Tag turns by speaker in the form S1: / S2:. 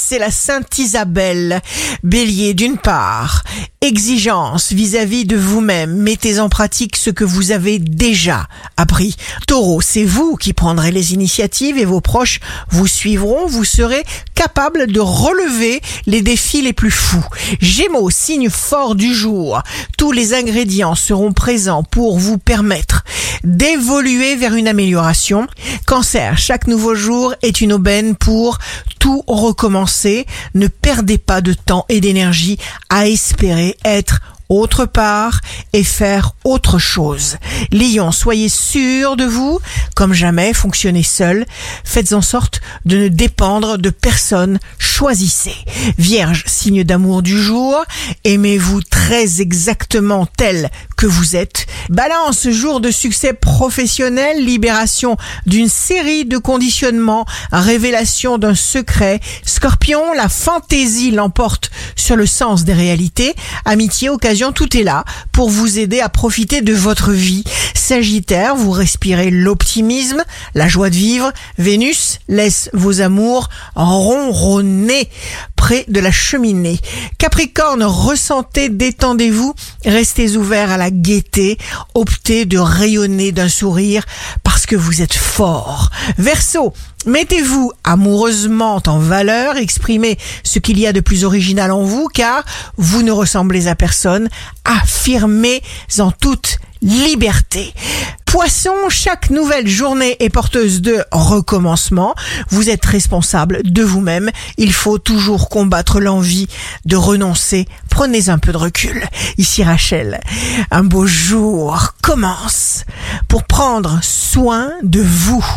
S1: c'est la Sainte Isabelle. Bélier, d'une part, exigence vis-à-vis de vous-même. Mettez en pratique ce que vous avez déjà appris. Taureau, c'est vous qui prendrez les initiatives et vos proches vous suivront. Vous serez capable de relever les défis les plus fous. Gémeaux, signe fort du jour. Tous les ingrédients seront présents pour vous permettre d'évoluer vers une amélioration. Cancer, chaque nouveau jour est une aubaine pour tout recommencer. Ne perdez pas de temps et d'énergie à espérer être autre part et faire autre chose. Lion, soyez sûr de vous, comme jamais, fonctionnez seul. Faites en sorte de ne dépendre de personne, choisissez. Vierge, signe d'amour du jour, aimez-vous très exactement tel que vous êtes. Balance, jour de succès professionnel, libération d'une série de conditionnements, révélation d'un secret. Scorpion, la fantaisie l'emporte sur le sens des réalités. Amitié, occasion, tout est là pour vous aider à profiter de votre vie. Sagittaire, vous respirez l'optimisme, la joie de vivre. Vénus laisse vos amours ronronner près de la cheminée. Capricorne, ressentez, détendez-vous, restez ouvert à la gaieté, optez de rayonner d'un sourire parce que vous êtes fort. Verseau, mettez-vous amoureusement en valeur, exprimez ce qu'il y a de plus original en vous car vous ne ressemblez à personne, affirmez en toute liberté. Poisson, chaque nouvelle journée est porteuse de recommencement. Vous êtes responsable de vous-même. Il faut toujours combattre l'envie de renoncer. Prenez un peu de recul. Ici Rachel, un beau jour commence pour prendre soin de vous.